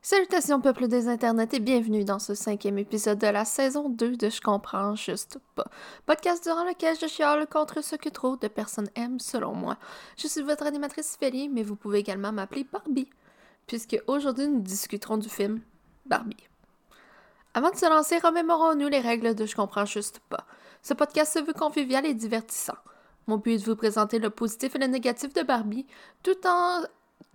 Salutations peuple des internets et bienvenue dans ce 5e épisode de la saison 2 de Je comprends juste pas. Podcast durant lequel je chiale contre ce que trop de personnes aiment selon moi. Je suis votre animatrice Félie, mais vous pouvez également m'appeler Barbie, puisque aujourd'hui nous discuterons du film Barbie. Avant de se lancer, remémorons-nous les règles de Je comprends juste pas. Ce podcast se veut convivial et divertissant. Mon but est de vous présenter le positif et le négatif de Barbie, tout en...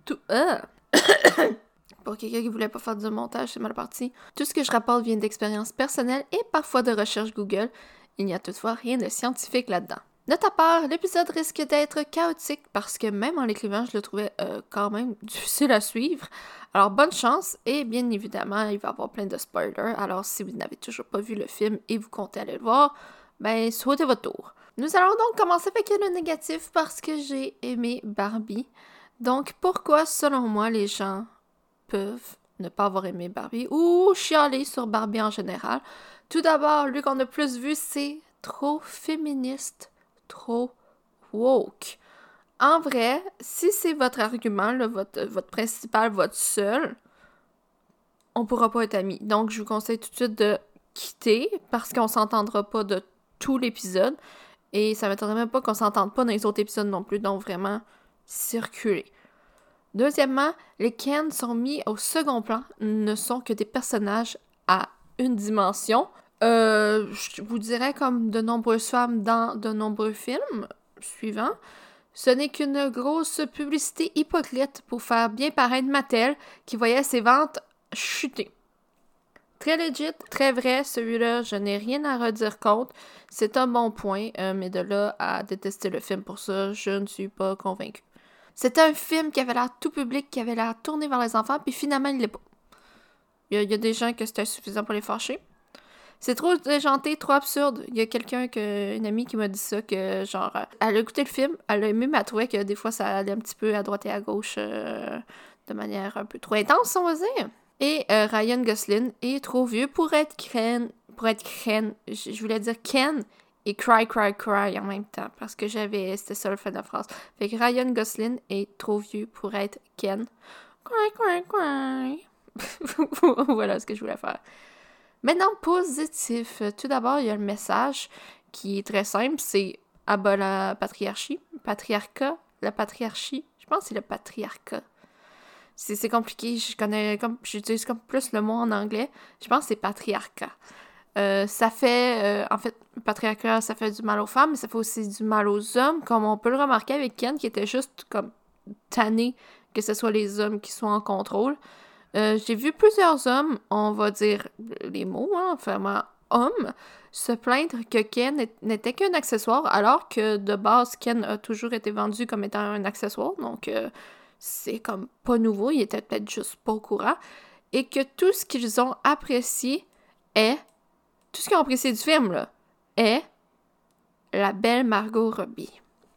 Pour quelqu'un qui voulait pas faire du montage, c'est mal parti. Tout ce que je rapporte vient d'expériences personnelles et parfois de recherches Google. Il n'y a toutefois rien de scientifique là-dedans. De ta part, l'épisode risque d'être chaotique parce que même en l'écrivant, je le trouvais quand même difficile à suivre. Alors bonne chance et bien évidemment, il va y avoir plein de spoilers. Alors si vous n'avez toujours pas vu le film et vous comptez aller le voir, ben souhaitez votre tour. Nous allons donc commencer avec le négatif parce que j'ai aimé Barbie. Donc pourquoi selon moi les gens peuvent ne pas avoir aimé Barbie ou chialer sur Barbie en général. Tout d'abord, lui qu'on a plus vu, c'est trop féministe, trop woke. En vrai, si c'est votre argument, là, votre principal, votre seul, on pourra pas être amis. Donc, je vous conseille tout de suite de quitter parce qu'on s'entendra pas de tout l'épisode et ça m'étonnerait même pas qu'on s'entende pas dans les autres épisodes non plus. Donc, vraiment, circuler. Deuxièmement, les Ken sont mis au second plan, ne sont que des personnages à une dimension. Je vous dirais comme de nombreuses femmes dans de nombreux films suivants. Ce n'est qu'une grosse publicité hypocrite pour faire bien paraître Mattel qui voyait ses ventes chuter. Très legit, très vrai, celui-là, je n'ai rien à redire contre. C'est un bon point, mais de là à détester le film pour ça, je ne suis pas convaincue. C'était un film qui avait l'air tout public, qui avait l'air tourné vers les enfants, puis finalement, il l'est pas. Il y a des gens que c'était suffisant pour les fâcher. C'est trop déjanté, trop absurde. Il y a une amie qui m'a dit ça, que genre, elle a écouté le film, elle a aimé, mais elle trouvait que des fois, ça allait un petit peu à droite et à gauche, de manière un peu trop intense, on va dire. Et Ryan Gosling est trop vieux pour être Ken, je voulais dire Ken, et Cry en même temps, parce que c'était ça le fait de la phrase. Fait que Ryan Gosling est trop vieux pour être Ken. Cry. Voilà ce que je voulais faire. Maintenant, positif. Tout d'abord, il y a le message qui est très simple, c'est abat la patriarchie. La patriarchie. Je pense que c'est le patriarcat. C'est compliqué, j'utilise comme plus le mot en anglais. Je pense que c'est patriarcat. Ça fait, en fait, patriarcat, ça fait du mal aux femmes, mais ça fait aussi du mal aux hommes, comme on peut le remarquer avec Ken, qui était juste comme tanné que ce soit les hommes qui soient en contrôle. J'ai vu plusieurs hommes, on va dire les mots, vraiment hommes, se plaindre que Ken n'était qu'un accessoire, alors que de base, Ken a toujours été vendu comme étant un accessoire, donc c'est comme pas nouveau, il était peut-être juste pas au courant, et que tout ce qu'ils ont apprécié est tout ce qu'ils ont apprécié du film, là, est la belle Margot Robbie.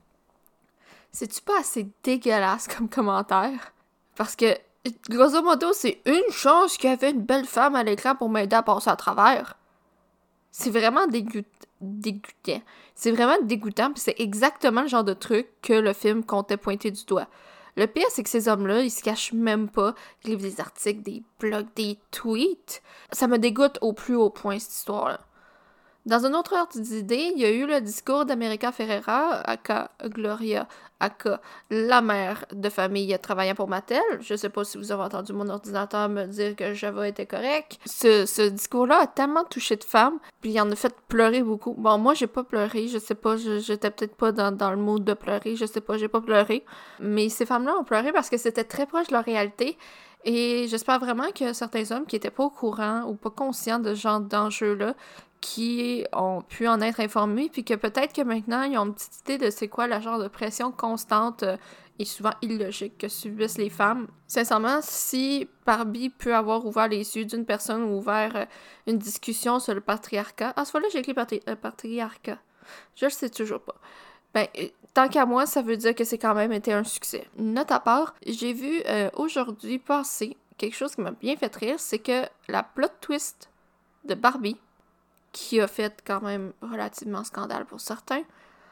C'est-tu pas assez dégueulasse comme commentaire? Parce que, grosso modo, c'est une chance qu'il y avait une belle femme à l'écran pour m'aider à passer à travers. C'est vraiment dégoûtant. C'est vraiment dégoûtant, puis c'est exactement le genre de truc que le film comptait pointer du doigt. Le pire, c'est que ces hommes-là, ils se cachent même pas. Ils écrivent des articles, des blogs, des tweets. Ça me dégoûte au plus haut point, cette histoire-là. Dans un autre ordre d'idée, il y a eu le discours d'America Ferrera, aka Gloria, aka la mère de famille travaillant pour Mattel. Je sais pas si vous avez entendu mon ordinateur me dire que Java était correct. Ce discours-là a tellement touché de femmes, puis il en a fait pleurer beaucoup. Bon, moi, j'ai pas pleuré, je sais pas, j'étais peut-être pas dans le mood de pleurer, je sais pas, j'ai pas pleuré. Mais ces femmes-là ont pleuré parce que c'était très proche de leur réalité. Et j'espère vraiment que certains hommes qui étaient pas au courant ou pas conscients de ce genre d'enjeux-là, qui ont pu en être informés, puis que peut-être que maintenant, ils ont une petite idée de c'est quoi la genre de pression constante et souvent illogique que subissent les femmes. Sincèrement, si Barbie peut avoir ouvert les yeux d'une personne ou ouvert une discussion sur le patriarcat, à ce fois-là, j'ai écrit patriarcat. Je le sais toujours pas. Ben, tant qu'à moi, ça veut dire que c'est quand même été un succès. Note à part, j'ai vu aujourd'hui passer quelque chose qui m'a bien fait rire, c'est que la plot twist de Barbie, qui a fait quand même relativement scandale pour certains,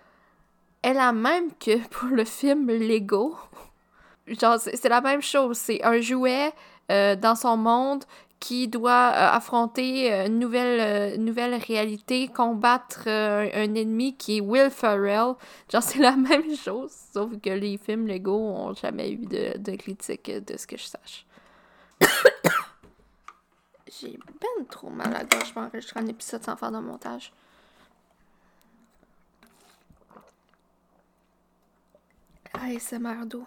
est la même que pour le film Lego. Genre, c'est la même chose. C'est un jouet dans son monde, qui doit affronter une nouvelle réalité, combattre un ennemi qui est Will Ferrell. Genre, c'est la même chose, sauf que les films Lego ont jamais eu de critique de ce que je sache. J'ai ben trop mal à la gorge pour enregistrer un épisode sans faire de montage. ASMR d'eau.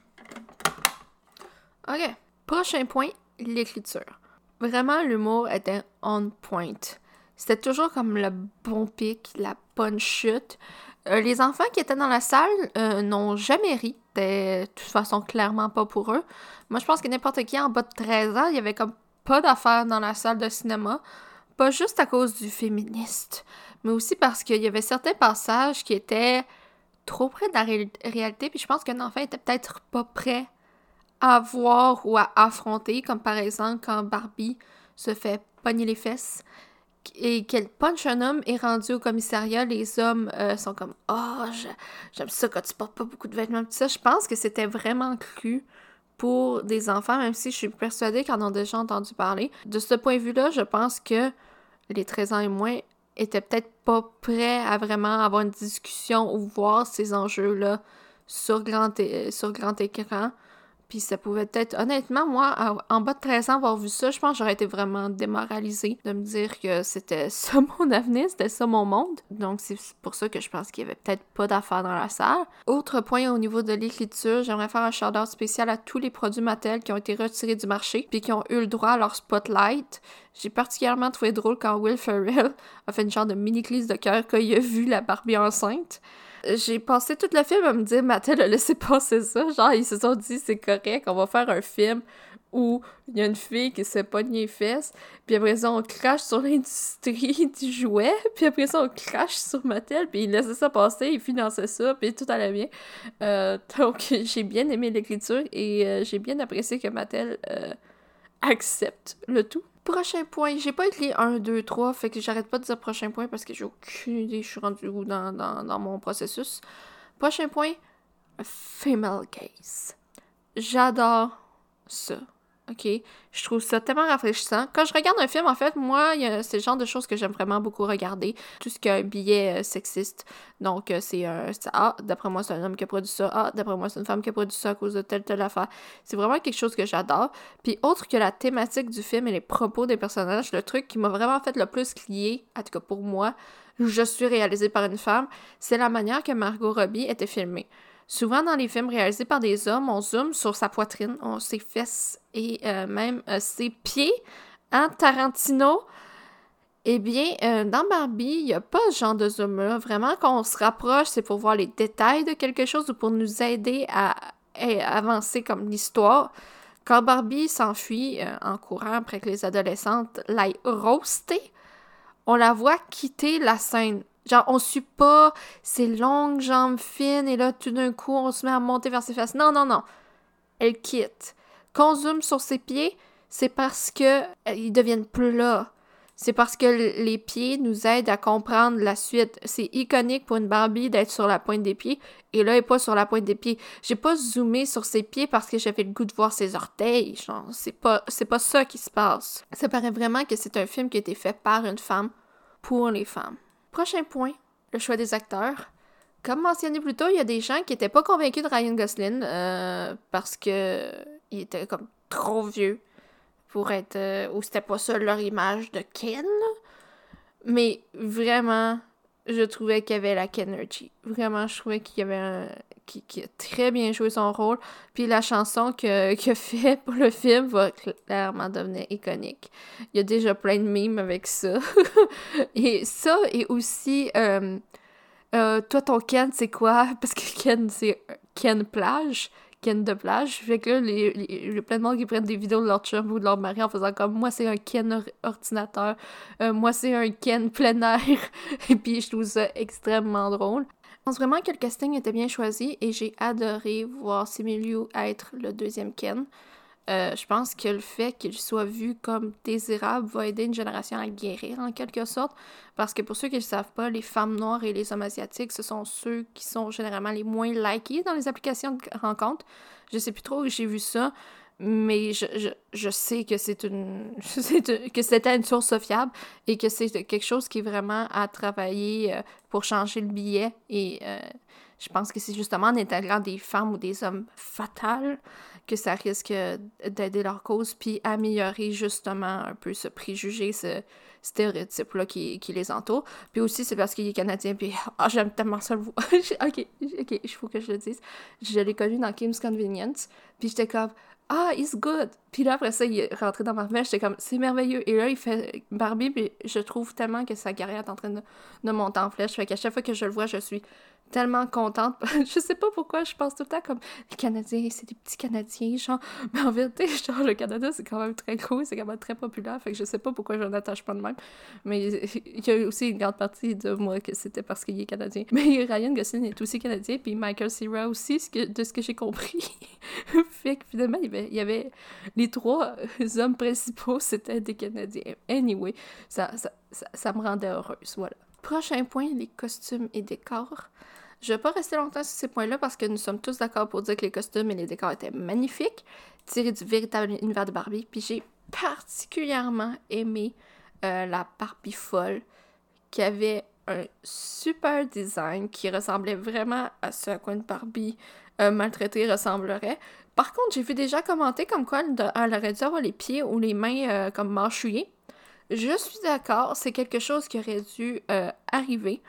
OK. Prochain point, l'écriture. Vraiment, l'humour était on point. C'était toujours comme le bon pic, la bonne chute. Les enfants qui étaient dans la salle n'ont jamais ri. C'était de toute façon clairement pas pour eux. Moi, je pense que n'importe qui en bas de 13 ans, il y avait comme pas d'affaires dans la salle de cinéma. Pas juste à cause du féministe, mais aussi parce qu'il y avait certains passages qui étaient trop près de la réalité, puis je pense qu'un enfant était peut-être pas prêt à voir ou à affronter, comme par exemple quand Barbie se fait pogner les fesses et qu'elle punch un homme est rendu au commissariat, les hommes sont comme « Oh, j'aime ça quand tu portes pas beaucoup de vêtements », tout ça. Je pense que c'était vraiment cru pour des enfants, même si je suis persuadée qu'ils en ont déjà entendu parler. De ce point de vue-là, je pense que les 13 ans et moins étaient peut-être pas prêts à vraiment avoir une discussion ou voir ces enjeux-là sur grand écran. Puis ça pouvait être... Honnêtement, moi, en bas de 13 ans, avoir vu ça, je pense que j'aurais été vraiment démoralisée de me dire que c'était ça mon avenir, c'était ça mon monde. Donc c'est pour ça que je pense qu'il y avait peut-être pas d'affaires dans la salle. Autre point au niveau de l'écriture, j'aimerais faire un shout-out spécial à tous les produits Mattel qui ont été retirés du marché puis qui ont eu le droit à leur spotlight. J'ai particulièrement trouvé drôle quand Will Ferrell a fait une genre de mini-crise de cœur quand il a vu la Barbie enceinte. J'ai passé tout le film à me dire Mattel a laissé passer ça. Genre, ils se sont dit c'est correct, on va faire un film où il y a une fille qui se pogne les fesses, puis après ça, on crache sur l'industrie du jouet, puis après ça, on crache sur Mattel, puis ils laissaient ça passer, ils finançaient ça, puis tout allait bien. Donc, j'ai bien aimé l'écriture et j'ai bien apprécié que Mattel accepte le tout. Prochain point, j'ai pas écrit 1, 2, 3, fait que j'arrête pas de dire prochain point parce que j'ai aucune idée, je suis rendue où dans mon processus. Prochain point, female gaze. J'adore ça, ok? Je trouve ça tellement rafraîchissant. Quand je regarde un film, en fait, moi, c'est le genre de choses que j'aime vraiment beaucoup regarder. Tout ce qui a un billet sexiste. Donc, d'après moi, c'est un homme qui a produit ça. Ah, d'après moi, c'est une femme qui a produit ça à cause de telle affaire. C'est vraiment quelque chose que j'adore. Puis, autre que la thématique du film et les propos des personnages, le truc qui m'a vraiment fait le plus clier, en tout cas pour moi, je suis réalisée par une femme, c'est la manière que Margot Robbie était filmée. Souvent, dans les films réalisés par des hommes, on zoome sur sa poitrine, ses fesses et même ses pieds. Hein, Tarantino? Eh bien, dans Barbie, il n'y a pas ce genre de zoom-là. Vraiment, quand on se rapproche, c'est pour voir les détails de quelque chose ou pour nous aider à avancer comme l'histoire. Quand Barbie s'enfuit en courant après que les adolescentes l'aillent roaster, on la voit quitter la scène. Genre, on suit pas ses longues jambes fines et là, tout d'un coup, on se met à monter vers ses fesses. Non. Elle quitte. Quand on zoome sur ses pieds, c'est parce que ils deviennent plats. C'est parce que les pieds nous aident à comprendre la suite. C'est iconique pour une Barbie d'être sur la pointe des pieds et là, elle est pas sur la pointe des pieds. J'ai pas zoomé sur ses pieds parce que j'avais le goût de voir ses orteils. Genre, c'est pas ça qui se passe. Ça paraît vraiment que c'est un film qui a été fait par une femme pour les femmes. Prochain point, le choix des acteurs. Comme mentionné plus tôt, il y a des gens qui étaient pas convaincus de Ryan Gosling parce que il était comme trop vieux pour être... ou c'était pas ça leur image de Ken. Mais vraiment, je trouvais qu'il y avait la Kenergy. Vraiment, je trouvais qu'il y avait qui a très bien joué son rôle. Puis la chanson qu'il a fait pour le film va clairement devenir iconique. Il y a déjà plein de mimes avec ça. Et ça, et aussi... toi, ton Ken, c'est quoi? Parce que Ken, c'est Ken plage. Ken de plage. Fait que là, il y a plein de monde qui prennent des vidéos de leur chum ou de leur mari en faisant comme « Moi, c'est un Ken ordinateur. Moi, c'est un Ken plein air. » Et puis, je trouve ça extrêmement drôle. Je pense vraiment que le casting était bien choisi et j'ai adoré voir Simu Liu être le deuxième Ken. Je pense que le fait qu'il soit vu comme désirable va aider une génération à guérir en quelque sorte, parce que pour ceux qui ne le savent pas, les femmes noires et les hommes asiatiques, ce sont ceux qui sont généralement les moins likés dans les applications de rencontres. Je sais plus trop où j'ai vu ça, mais je sais que que c'était une source fiable et que c'est quelque chose qui est vraiment à travailler pour changer le billet. Et je pense que c'est justement en intégrant des femmes ou des hommes fatals que ça risque d'aider leur cause, puis améliorer justement un peu ce préjugé, ce stéréotype-là qui les entoure. Puis aussi, c'est parce qu'il est canadien, puis j'aime tellement ça le voir. Ok, il faut que je le dise. Je l'ai connu dans Kim's Convenience, puis j'étais comme he's good! Puis là, après ça, il est rentré dans Marvel, j'étais comme, c'est merveilleux. Et là, il fait Barbie, puis je trouve tellement que sa carrière est en train de monter en flèche. Fait qu'à chaque fois que je le vois, je suis tellement contente. Je sais pas pourquoi, je pense tout le temps comme, les Canadiens, c'est des petits Canadiens, genre. Mais en vérité, genre, le Canada, c'est quand même très gros, c'est quand même très populaire. Fait que je sais pas pourquoi je n'attache pas de même. Mais il y a aussi une grande partie de moi que c'était parce qu'il est Canadien. Mais Ryan Gosling est aussi Canadien, puis Michael Cera aussi, de ce que j'ai compris. Fait que finalement, il y avait les 3 hommes principaux, c'était des Canadiens. Anyway, ça me rendait heureuse, voilà. Prochain point, les costumes et décors. Je vais pas rester longtemps sur ces points-là parce que nous sommes tous d'accord pour dire que les costumes et les décors étaient magnifiques, tirés du véritable univers de Barbie. Puis j'ai particulièrement aimé la Barbie folle, qui avait un super design qui ressemblait vraiment à ce à quoi une Barbie maltraitée ressemblerait. Par contre, j'ai vu des gens commenter comme quoi elle aurait dû avoir les pieds ou les mains comme mâchouillés. Je suis d'accord, c'est quelque chose qui aurait dû arriver.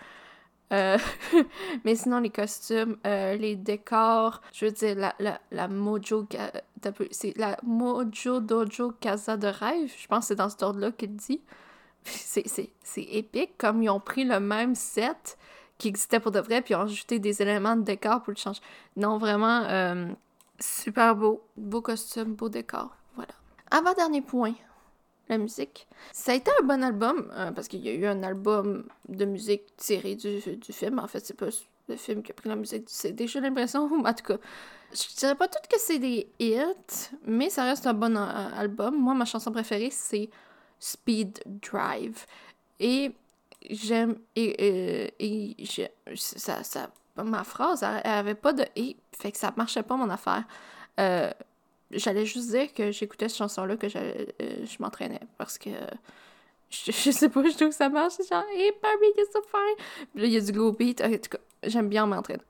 Mais sinon, les costumes, les décors, je veux dire, la Mojo... c'est la Mojo Dojo Casa de rêve, je pense que c'est dans cet ordre-là qu'il dit. C'est épique, comme ils ont pris le même set qui existait pour de vrai, puis ils ont ajouté des éléments de décor pour le changer. Non, vraiment, super beau. Beau costume, beau décor, voilà. Avant-dernier point, la musique. Ça a été un bon album, parce qu'il y a eu un album de musique tiré du film. En fait, c'est pas le film qui a pris la musique du CD, j'ai l'impression. En tout cas, je dirais pas tout que c'est des hits, mais ça reste un bon album. Moi, ma chanson préférée, c'est Speed Drive. Et j'aime... ma phrase, elle avait pas de « et », fait que ça marchait pas, mon affaire. J'allais juste dire que j'écoutais cette chanson-là, que je m'entraînais, parce que je sais pas, je trouve que ça marche, c'est genre « Hey, Barbie, you're so fine! » Puis là, il y a du go beat, en tout cas, j'aime bien m'entraîner.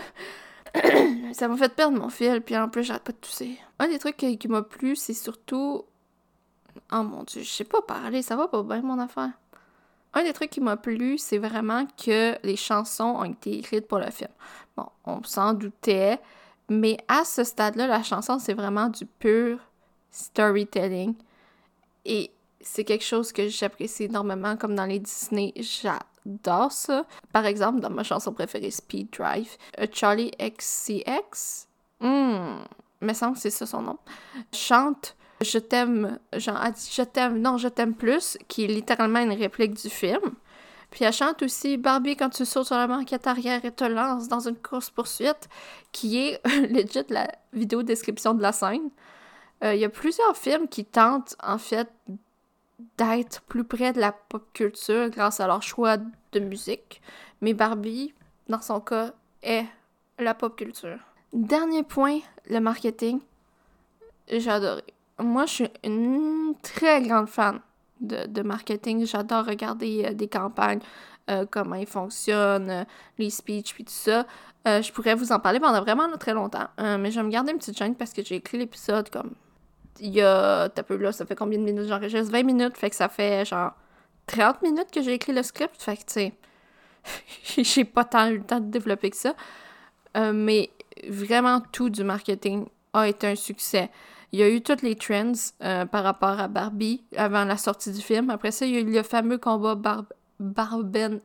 Ça m'a fait perdre mon fil, puis en plus, j'arrête pas de tousser. Un des trucs qui m'a plu, c'est surtout... Oh mon Dieu, je sais pas parler, ça va pas bien, mon affaire. Un des trucs qui m'a plu, c'est vraiment que les chansons ont été écrites pour le film. Bon, on s'en doutait, mais à ce stade-là, la chanson, c'est vraiment du pur storytelling. Et c'est quelque chose que j'apprécie énormément, comme dans les Disney, j'adore ça. Par exemple, dans ma chanson préférée, Speed Drive, Charlie XCX, me semble que c'est ça son nom, chante « Je t'aime », genre, elle dit « Je t'aime, non, je t'aime plus », qui est littéralement une réplique du film. Puis elle chante aussi « Barbie, quand tu sautes sur la banquette arrière et te lances dans une course-poursuite », qui est legit la vidéo description de la scène. Il y a plusieurs films qui tentent, en fait, d'être plus près de la pop culture grâce à leur choix de musique. Mais Barbie, dans son cas, est la pop culture. Dernier point, le marketing. J'ai adoré. Moi, je suis une très grande fan de marketing. J'adore regarder des campagnes, comment ils fonctionnent, les speeches, puis tout ça. Je pourrais vous en parler pendant vraiment très longtemps. Mais je vais me garder une petite gêne parce que j'ai écrit l'épisode comme... Il y a... T'as peu là, ça fait combien de minutes? J'enregistre 20 minutes, fait que ça fait genre 30 minutes que j'ai écrit le script. Fait que, tu sais, j'ai pas tant eu le temps de développer que ça. Mais vraiment, tout du marketing a été un succès. Il y a eu toutes les trends par rapport à Barbie avant la sortie du film. Après ça, il y a eu le fameux combat Barbenheimer.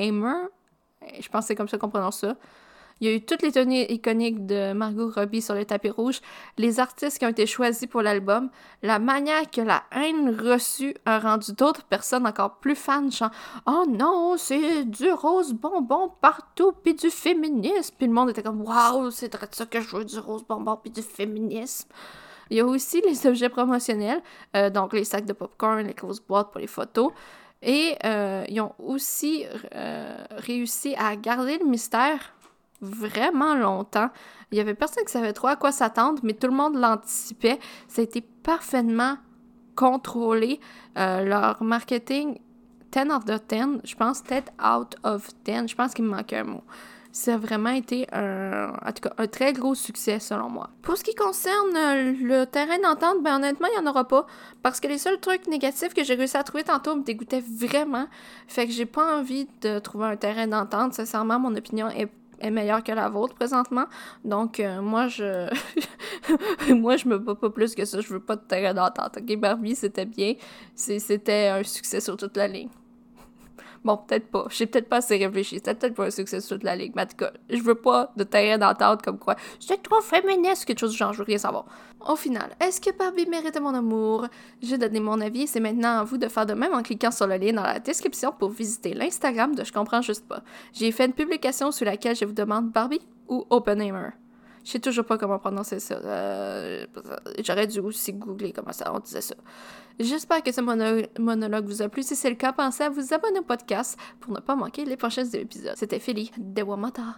Je pense que c'est comme ça qu'on prononce ça. Il y a eu toutes les tenues iconiques de Margot Robbie sur le tapis rouge, les artistes qui ont été choisis pour l'album, la manière que la haine reçue a rendu d'autres personnes encore plus fans, genre « Oh non, c'est du rose bonbon partout, puis du féminisme! » Puis le monde était comme « Wow, c'est très ça que je veux, du rose bonbon, puis du féminisme! » Il y a aussi les objets promotionnels, donc les sacs de popcorn, les grosses boîtes pour les photos. Et ils ont aussi réussi à garder le mystère vraiment longtemps. Il y avait personne qui savait trop à quoi s'attendre, mais tout le monde l'anticipait. Ça a été parfaitement contrôlé. Leur marketing, 10 out of 10, je pense 10 out of 10, je pense qu'il me manquait un mot. Ça a vraiment été en tout cas, un très gros succès selon moi. Pour ce qui concerne le terrain d'entente, ben honnêtement, il n'y en aura pas. Parce que les seuls trucs négatifs que j'ai réussi à trouver tantôt me dégoûtaient vraiment. Fait que j'ai pas envie de trouver un terrain d'entente. Sincèrement, mon opinion est meilleure que la vôtre présentement. Donc, moi, je me bats pas plus que ça. Je veux pas de terrain d'entente. Ok, Barbie, c'était bien. C'était un succès sur toute la ligne. Bon, peut-être pas. J'ai peut-être pas assez réfléchi. C'était peut-être pas un succès sur toute la ligue. Mais en tout cas, je veux pas de terrain d'entente comme quoi c'est trop féministe, quelque chose du genre. Je veux rien savoir. Au final, est-ce que Barbie mérite mon amour? J'ai donné mon avis. C'est maintenant à vous de faire de même en cliquant sur le lien dans la description pour visiter l'Instagram de Je comprends juste pas. J'ai fait une publication sur laquelle je vous demande Barbie ou Oppenheimer. Je sais toujours pas comment prononcer ça. J'aurais dû aussi googler comment ça on disait ça. J'espère que ce monologue vous a plu. Si c'est le cas, pensez à vous abonner au podcast pour ne pas manquer les prochains épisodes. C'était Philly, Dewamata.